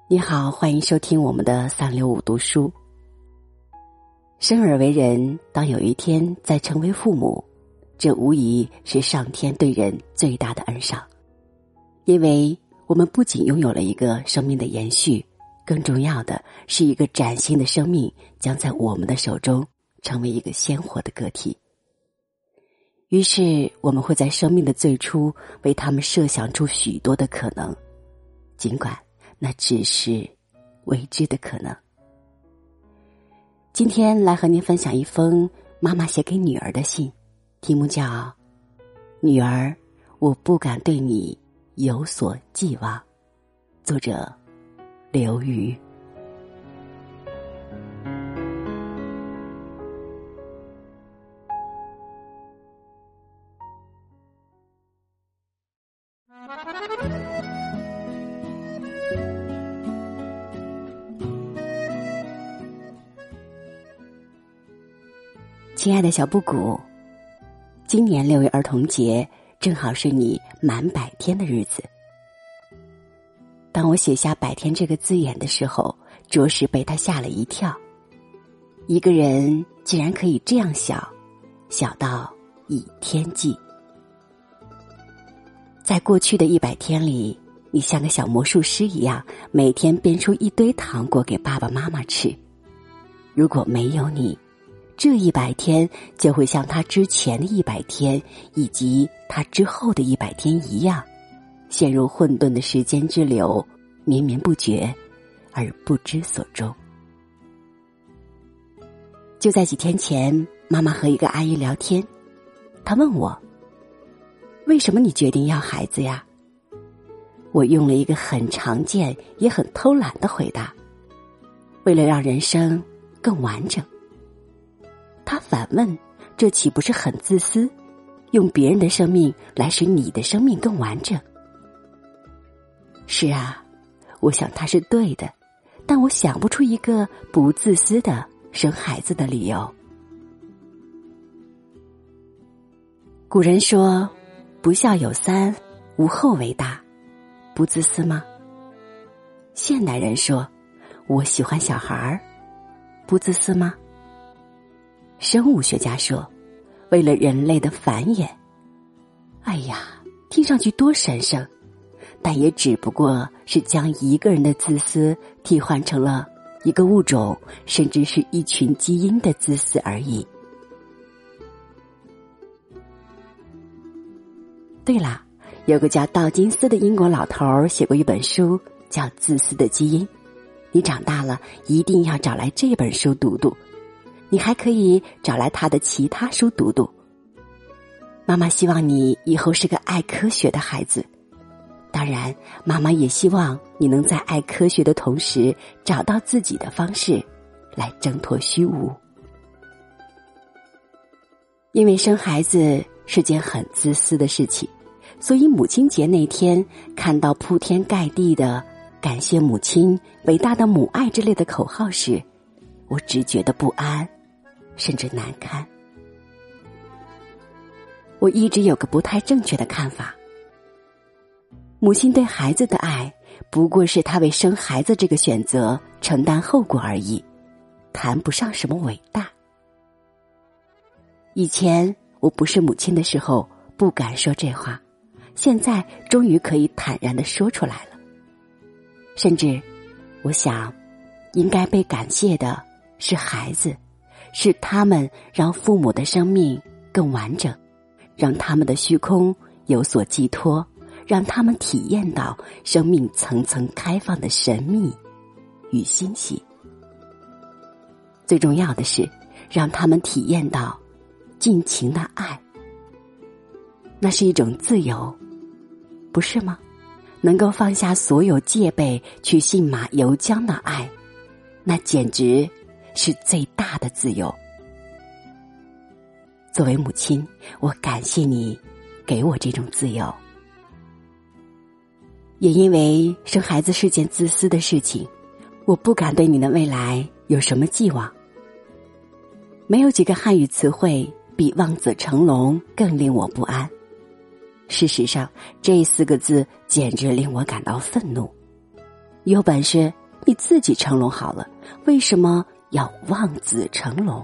你好，欢迎收听我们的365读书。生而为人，当有一天再成为父母，这无疑是上天对人最大的恩赏。因为我们不仅拥有了一个生命的延续，更重要的是一个崭新的生命将在我们的手中成为一个鲜活的个体。于是我们会在生命的最初为他们设想出许多的可能，尽管那只是未知的可能。今天来和您分享一封妈妈写给女儿的信，题目叫《女儿，我不敢对你有所寄望》，作者刘瑜。亲爱的小布谷，今年6月儿童节正好是你满100天的日子。当我写下100天这个字眼的时候，着实被他吓了一跳。一个人竟然可以这样小，小到以天计。在过去的100天里，你像个小魔术师一样，每天编出一堆糖果给爸爸妈妈吃。如果没有你，这100天就会像他之前的100天以及他之后的100天一样，陷入混沌的时间之流，绵绵不绝而不知所终。就在几天前，妈妈和一个阿姨聊天，她问我，为什么你决定要孩子呀？我用了一个很常见也很偷懒的回答，为了让人生更完整。他反问，这岂不是很自私？用别人的生命来使你的生命更完整。是啊，我想他是对的，但我想不出一个不自私的生孩子的理由。古人说，不孝有三，无后为大，不自私吗？现代人说，我喜欢小孩儿，不自私吗？生物学家说，为了人类的繁衍。哎呀，听上去多神圣，但也只不过是将一个人的自私替换成了一个物种，甚至是一群基因的自私而已。对了，有个叫道金斯的英国老头写过一本书，叫《自私的基因》。你长大了一定要找来这本书读读。你还可以找来他的其他书读读。妈妈希望你以后是个爱科学的孩子，当然，妈妈也希望你能在爱科学的同时，找到自己的方式来挣脱虚无。因为生孩子是件很自私的事情，所以母亲节那天看到铺天盖地的感谢母亲、伟大的母爱之类的口号时，我只觉得不安，甚至难堪。我一直有个不太正确的看法，母亲对孩子的爱不过是她为生孩子这个选择承担后果而已，谈不上什么伟大。以前我不是母亲的时候不敢说这话，现在终于可以坦然地说出来了。甚至我想，应该被感谢的是孩子，是他们让父母的生命更完整，让他们的虚空有所寄托，让他们体验到生命层层开放的神秘与欣喜。最重要的是，让他们体验到尽情的爱。那是一种自由，不是吗？能够放下所有戒备去信马由缰的爱，那简直是最大的自由。作为母亲，我感谢你给我这种自由。也因为生孩子是件自私的事情，我不敢对你的未来有什么寄望。没有几个汉语词汇比望子成龙更令我不安。事实上，这4个字简直令我感到愤怒。 有本事你自己成龙好了，为什么要望子成龙？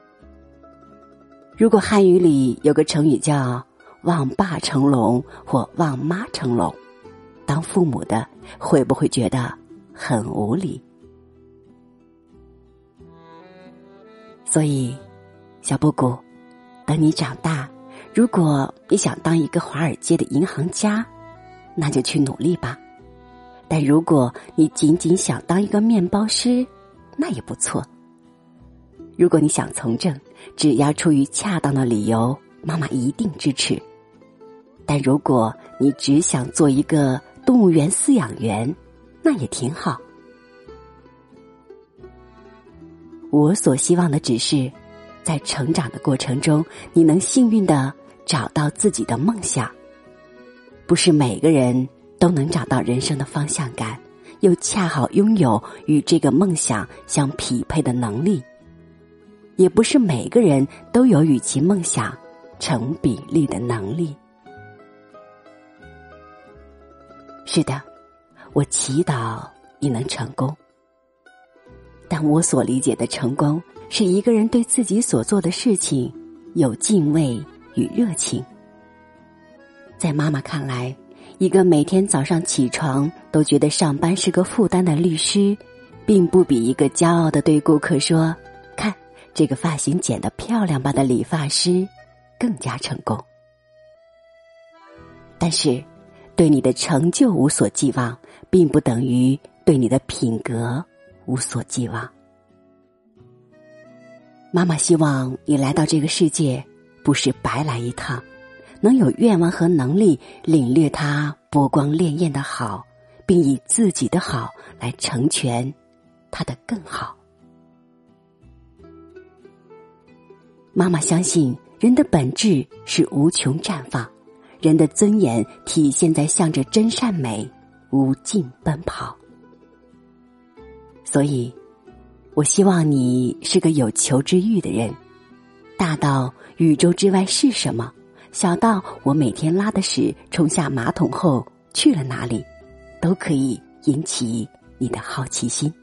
如果汉语里有个成语叫望爸成龙或望妈成龙，当父母的会不会觉得很无理？所以小布谷，等你长大，如果你想当一个华尔街的银行家，那就去努力吧。但如果你仅仅想当一个面包师，那也不错。如果你想从政，只要出于恰当的理由，妈妈一定支持。但如果你只想做一个动物园饲养员，那也挺好。我所希望的只是，在成长的过程中，你能幸运地找到自己的梦想。不是每个人都能找到人生的方向感，又恰好拥有与这个梦想相匹配的能力。也不是每个人都有与其梦想成比例的能力。是的，我祈祷你能成功。但我所理解的成功，是一个人对自己所做的事情有敬畏与热情。在妈妈看来，一个每天早上起床都觉得上班是个负担的律师，并不比一个骄傲地对顾客说，看这个发型剪得漂亮吧的理发师更加成功。但是对你的成就无所寄望，并不等于对你的品格无所寄望。妈妈希望你来到这个世界不是白来一趟，能有愿望和能力领略它波光潋滟的好，并以自己的好来成全它的更好。妈妈相信人的本质是无穷绽放，人的尊严体现在向着真善美无尽奔跑。所以我希望你是个有求知欲的人，大到宇宙之外是什么，小到我每天拉的屎冲下马桶后去了哪里，都可以引起你的好奇心。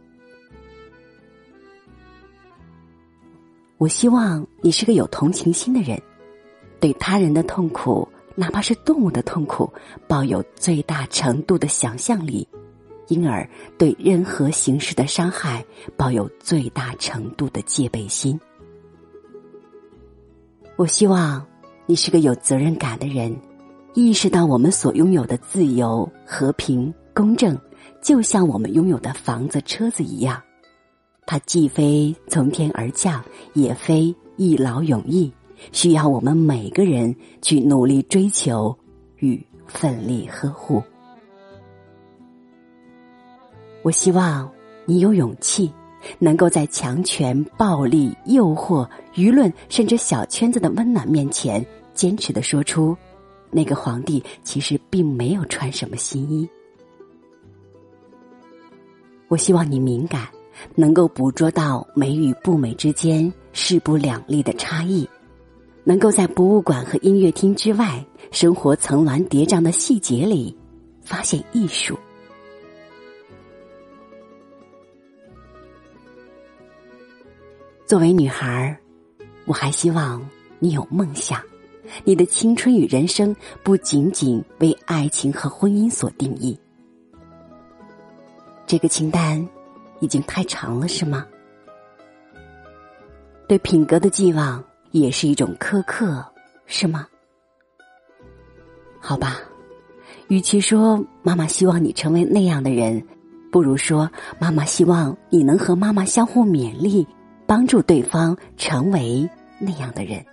我希望你是个有同情心的人，对他人的痛苦，哪怕是动物的痛苦，抱有最大程度的想象力，因而对任何形式的伤害抱有最大程度的戒备心。我希望你是个有责任感的人，意识到我们所拥有的自由、和平、公正，就像我们拥有的房子、车子一样，它既非从天而降，也非一劳永逸，需要我们每个人去努力追求与奋力呵护。我希望你有勇气，能够在强权、暴力、诱惑、舆论甚至小圈子的温暖面前，坚持地说出，那个皇帝其实并没有穿什么新衣。我希望你敏感，能够捕捉到美与不美之间势不两立的差异，能够在博物馆和音乐厅之外，生活层峦叠嶂的细节里发现艺术。作为女孩，我还希望你有梦想，你的青春与人生不仅仅为爱情和婚姻所定义。这个清单已经太长了，是吗？对品格的寄望也是一种苛刻，是吗？好吧，与其说妈妈希望你成为那样的人，不如说妈妈希望你能和妈妈相互勉励，帮助对方成为那样的人。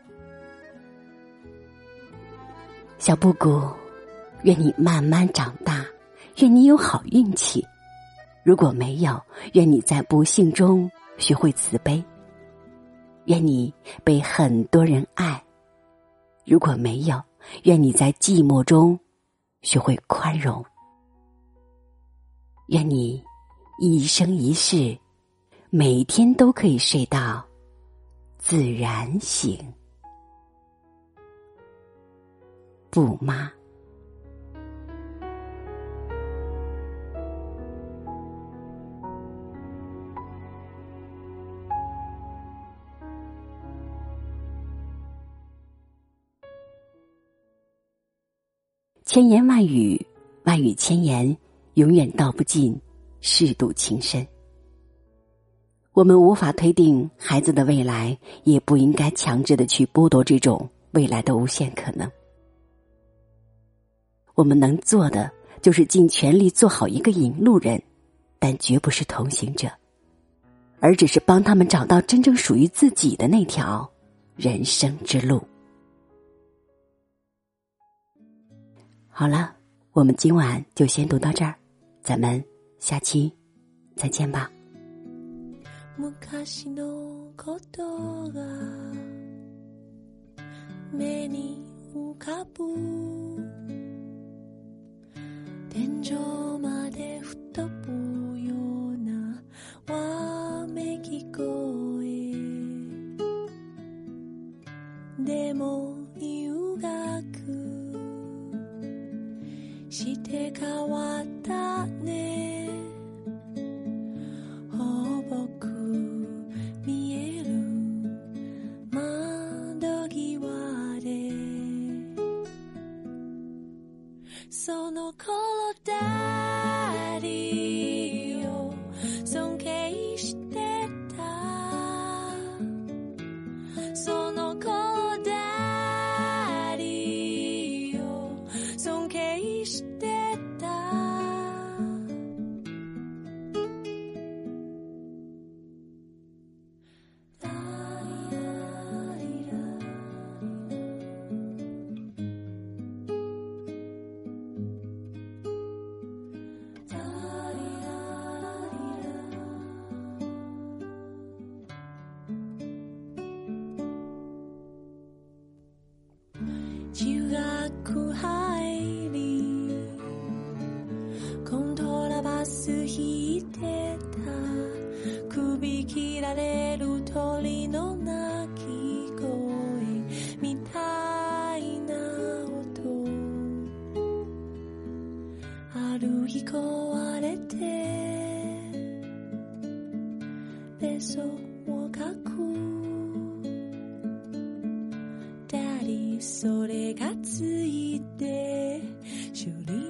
小布谷，愿你慢慢长大，愿你有好运气。如果没有，愿你在不幸中学会慈悲。愿你被很多人爱。如果没有，愿你在寂寞中学会宽容。愿你一生一世，每天都可以睡到自然醒。布妈。 千言万语，万语千言，永远道不尽世度情深。我们无法推定孩子的未来，也不应该强制的去剥夺这种未来的无限可能。我们能做的就是尽全力做好一个引路人，但绝不是同行者，而只是帮他们找到真正属于自己的那条人生之路。好了，我们今晚就先读到这儿，咱们下期再见吧。 昔のことが目に浮かぶ天井まで吹っ飛ぶようなわめき声でも夕学して変わったね重く見える窓際でその頃ダディを尊敬してたその頃ダディを尊敬してた中学入りコントラバス弾いてた首切られる鳥の鳴き声みたいな音歩き壊れてベソを書くそれがついて修理